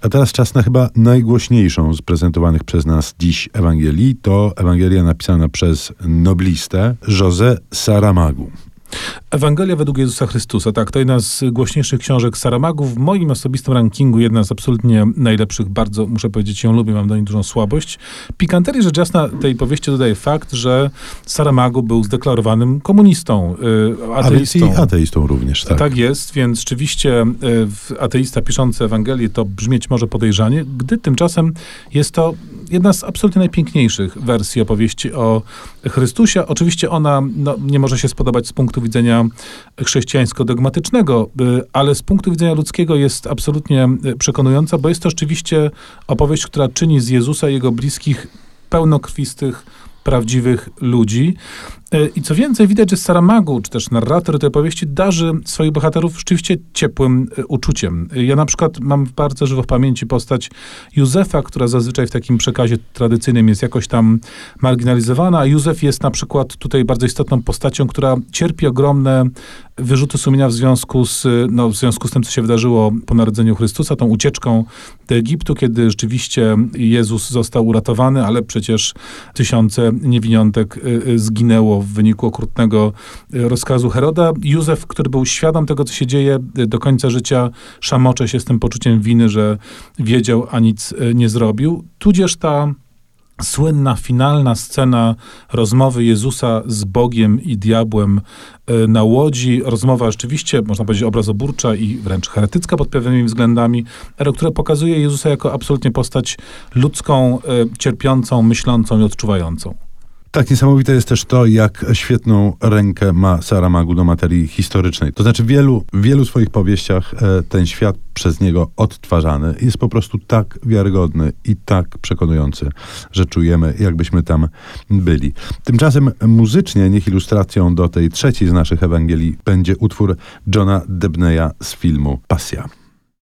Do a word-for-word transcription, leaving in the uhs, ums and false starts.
A teraz czas na chyba najgłośniejszą z prezentowanych przez nas dziś Ewangelii. To Ewangelia napisana przez noblistę José Saramagu. Ewangelia według Jezusa Chrystusa, tak, to jedna z głośniejszych książek Saramagu. W moim osobistym rankingu jedna z absolutnie najlepszych, bardzo, muszę powiedzieć, ją lubię, mam do niej dużą słabość. Pikanterii rzecz jasna tej powieści dodaje fakt, że Saramagu był zdeklarowanym komunistą, yy, ateistą. Ale i ateistą również, tak. Tak jest, więc rzeczywiście yy, ateista piszący Ewangelię to brzmieć może podejrzanie, gdy tymczasem jest to jedna z absolutnie najpiękniejszych wersji opowieści o Chrystusie. Oczywiście ona no, nie może się spodobać z punktu widzenia chrześcijańsko-dogmatycznego, ale z punktu widzenia ludzkiego jest absolutnie przekonująca, bo jest to rzeczywiście opowieść, która czyni z Jezusa i jego bliskich pełnokrwistych, prawdziwych ludzi. I co więcej, widać, że Saramagu, czy też narrator tej opowieści, darzy swoich bohaterów rzeczywiście ciepłym uczuciem. Ja na przykład mam bardzo żywo w pamięci postać Józefa, która zazwyczaj w takim przekazie tradycyjnym jest jakoś tam marginalizowana, a Józef jest na przykład tutaj bardzo istotną postacią, która cierpi ogromne wyrzuty sumienia w związku z, no, w związku z tym, co się wydarzyło po narodzeniu Chrystusa, tą ucieczką do Egiptu, kiedy rzeczywiście Jezus został uratowany, ale przecież tysiące niewiniątek zginęło w wyniku okrutnego rozkazu Heroda. Józef, który był świadom tego, co się dzieje, do końca życia szamocze się z tym poczuciem winy, że wiedział, a nic nie zrobił. Tudzież ta słynna, finalna scena rozmowy Jezusa z Bogiem i diabłem na łodzi. Rozmowa rzeczywiście, można powiedzieć, obrazoburcza i wręcz heretycka pod pewnymi względami, ale która pokazuje Jezusa jako absolutnie postać ludzką, cierpiącą, myślącą i odczuwającą. Tak, niesamowite jest też to, jak świetną rękę ma Saramagu do materii historycznej. To znaczy w wielu, w wielu swoich powieściach e, ten świat przez niego odtwarzany jest po prostu tak wiarygodny i tak przekonujący, że czujemy, jakbyśmy tam byli. Tymczasem muzycznie, niech ilustracją do tej trzeciej z naszych Ewangelii będzie utwór Johna Debneya z filmu Pasja.